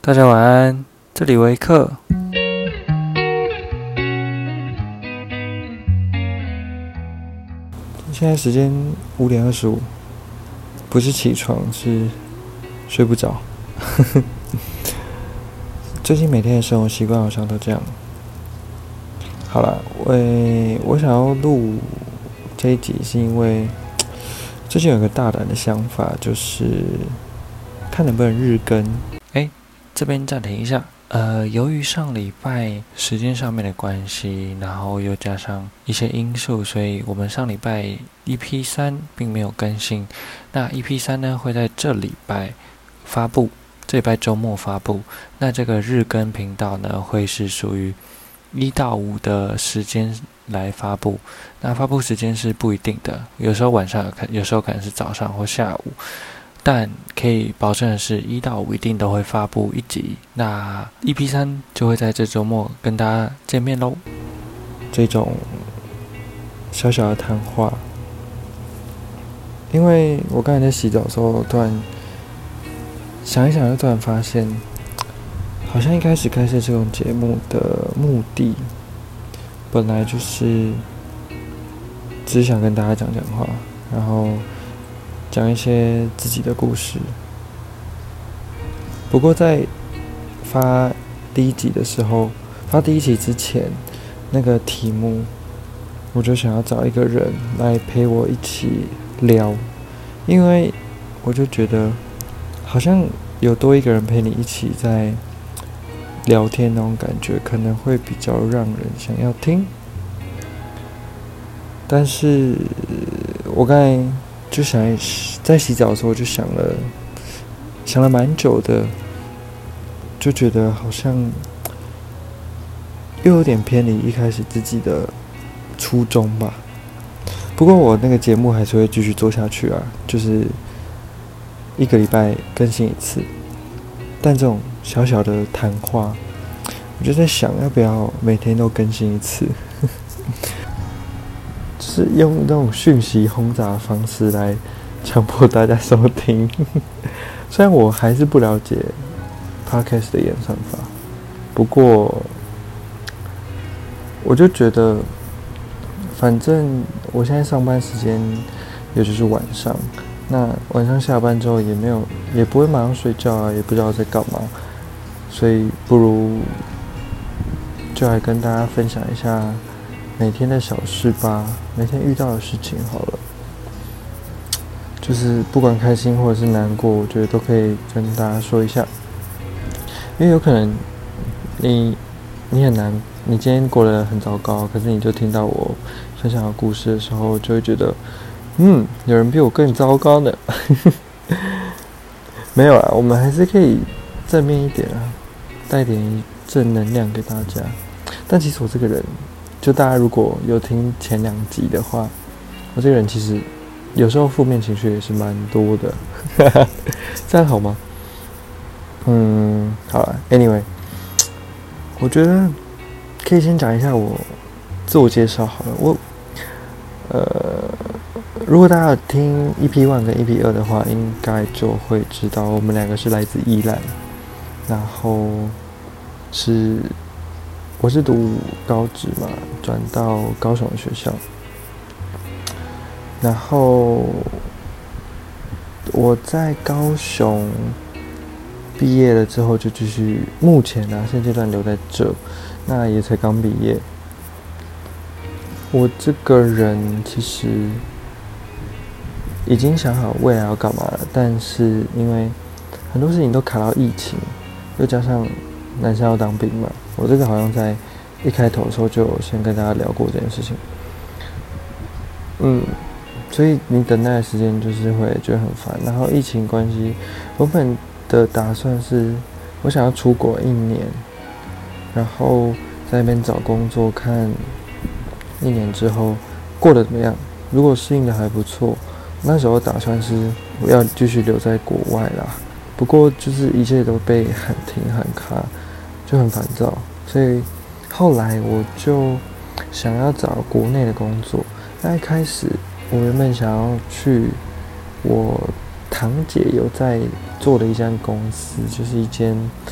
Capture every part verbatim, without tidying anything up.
大家晚安，这里维克。现在时间五点二十五，不是起床，是睡不着。最近每天的生活习惯好像都这样。好啦，我我想要录这一集，是因为最近有个大胆的想法，就是看能不能日更。哎，这边暂停一下。呃，由于上礼拜时间上面的关系，然后又加上一些因素，所以我们上礼拜 E P 三并没有更新。那 E P 三呢会在这礼拜发布，这礼拜周末发布。那这个日更频道呢会是属于一到五的时间来发布。那发布时间是不一定的，有时候晚上，有时候可能是早上或下午。但可以保证的是，一到五一定都会发布一集。那 E P 三就会在这周末跟大家见面喽。这种小小的谈话，因为我刚才在洗澡的时候，突然想一想，就突然发现，好像一开始开设这种节目的目的，本来就是只想跟大家讲讲话，然后讲一些自己的故事。不过在发第一集的时候，发第一集之前，那个题目我就想要找一个人来陪我一起聊，因为我就觉得好像有多一个人陪你一起在聊天那种感觉，可能会比较让人想要听。但是我刚才就想在洗澡的时候，就想了想了蛮久的，就觉得好像又有点偏离一开始自己的初衷吧。不过我那个节目还是会继续做下去啊，就是一个礼拜更新一次。但这种小小的谈话，我就在想要不要每天都更新一次。就是用那种讯息轰炸的方式来强迫大家收听。虽然我还是不了解 Podcast 的演算法，不过我就觉得，反正我现在上班时间也就是晚上，那晚上下班之后也没有，也不会马上睡觉啊，也不知道在干嘛，所以不如就来跟大家分享一下每天的小事吧，每天遇到的事情好了，就是不管开心或者是难过，我觉得都可以跟大家说一下，因为有可能你你很难，你今天过得很糟糕，可是你就听到我分享的故事的时候，就会觉得，嗯，有人比我更糟糕呢。没有啦，我们还是可以正面一点啊，带点正能量给大家。但其实我这个人，就大家如果有听前两集的话，我这个人其实有时候负面情绪也是蛮多的。这样好吗？嗯，好了 ，anyway， 我觉得可以先讲一下我自我介绍好了。我呃，如果大家有听 E P 一 跟 E P 二 的话，应该就会知道我们两个是来自宜兰，然后是。我是读高职嘛，转到高雄的学校，然后我在高雄毕业了之后就继续，目前啊现阶段留在这，那也才刚毕业。我这个人其实已经想好未来要干嘛了，但是因为很多事情都卡到疫情，又加上男生要当兵嘛，我这个好像在一开头的时候就有先跟大家聊过这件事情。嗯，所以你等待的时间就是会觉得很烦。然后疫情关系，我本的打算是我想要出国一年，然后在那边找工作，看一年之后过得怎么样。如果适应的还不错，那时候打算是我要继续留在国外啦。不过就是一切都被喊停喊卡，就很烦躁，所以后来我就想要找国内的工作。那一开始我原本想要去我堂姐有在做的一家公司，就是一间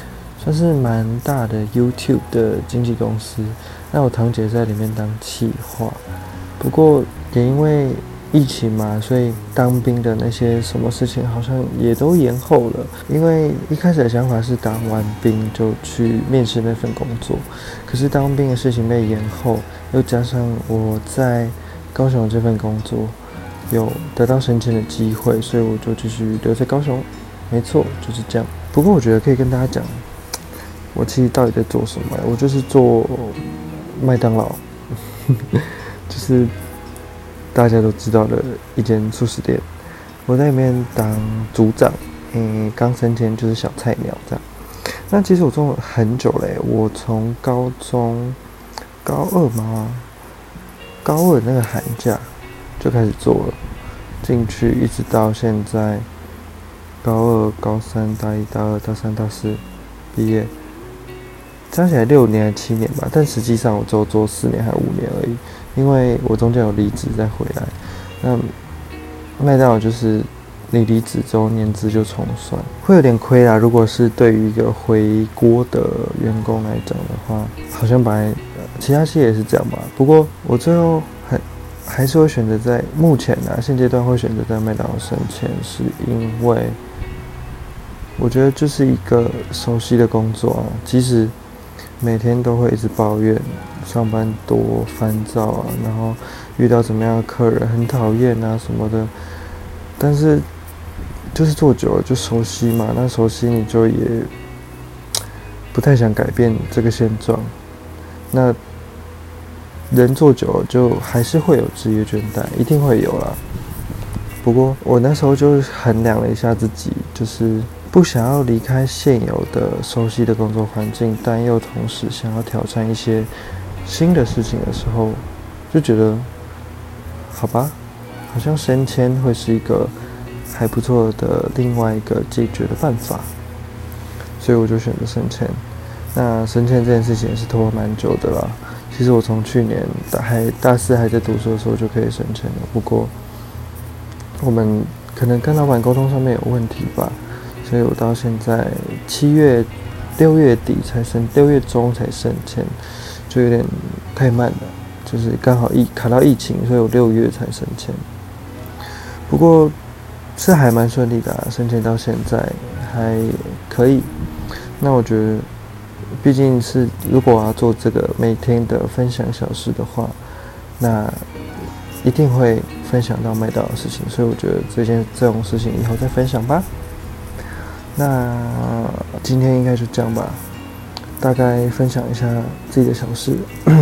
算是蛮大的 YouTube 的经纪公司。那我堂姐在里面当企划，不过也因为疫情嘛，所以当兵的那些什么事情好像也都延后了。因为一开始的想法是当完兵就去面试那份工作，可是当兵的事情被延后，又加上我在高雄这份工作有得到升迁的机会，所以我就继续留在高雄。没错，就是这样。不过我觉得可以跟大家讲，我其实到底在做什么？我就是做麦当劳，就是大家都知道的一间速食店。我在里面当组长，嗯，刚升迁就是小菜鸟这样。那其实我做了很久嘞，我从高中高二嘛，高二那个寒假就开始做了，进去一直到现在，高二、高三、大一、大二、大三、大四毕业。加起来六年还七年吧，但实际上我只有做四年还五年而已，因为我中间有离职再回来。那麦当劳就是你离职之后年资就重算，会有点亏啦。如果是对于一个回锅的员工来讲的话，好像本来、呃、其他企业也是这样吧。不过我最后还还是会选择在目前啊现阶段会选择在麦当劳升迁，是因为我觉得这是一个熟悉的工作啊，即使每天都会一直抱怨上班多烦躁啊，然后遇到怎么样的客人很讨厌啊什么的，但是就是做久了就熟悉嘛，那熟悉你就也不太想改变这个现状。那人做久了就还是会有职业倦怠，一定会有啦。不过我那时候就衡量了一下自己，就是不想要离开现有的熟悉的工作环境，但又同时想要挑战一些新的事情的时候，就觉得好吧，好像升迁会是一个还不错的另外一个解决的办法，所以我就选择升迁。那升迁这件事情也是拖了蛮久的啦。其实我从去年大还大四还在读书的时候就可以升迁了，不过我们可能跟老板沟通上面有问题吧，所以我到现在七月、六月底才升，六月中才升迁，就有点太慢了。就是刚好疫卡到疫情，所以我六月才升迁。不过是还蛮顺利的啊，升迁到现在还可以。那我觉得，毕竟是如果我要做这个每天的分享小事的话，那一定会分享到麦当劳的事情，所以我觉得这件这种事情以后再分享吧。那今天应该就这样吧，大概分享一下自己的小事，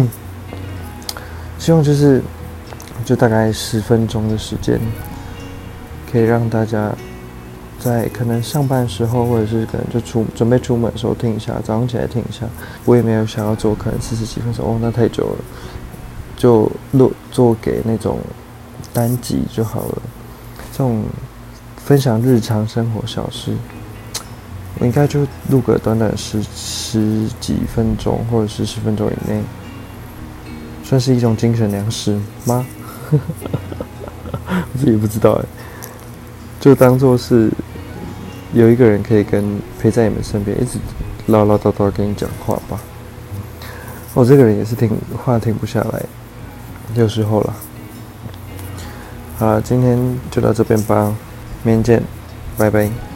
希望就是就大概十分钟的时间，可以让大家在可能上班的时候，或者是可能就出准备出门的时候听一下，早上起来听一下。我也没有想要做可能四十几分钟，哦，那太久了，就录做给那种单集就好了。这种分享日常生活小事，我应该就录个短短十十几分钟，或者是十分钟以内，算是一种精神粮食吗？我自己不知道哎，就当做是有一个人可以跟陪在你们身边，一直唠唠叨叨跟你讲话吧。我这个人也是停话停不下来，有时候啦。好了，今天就到这边吧，明天见，拜拜。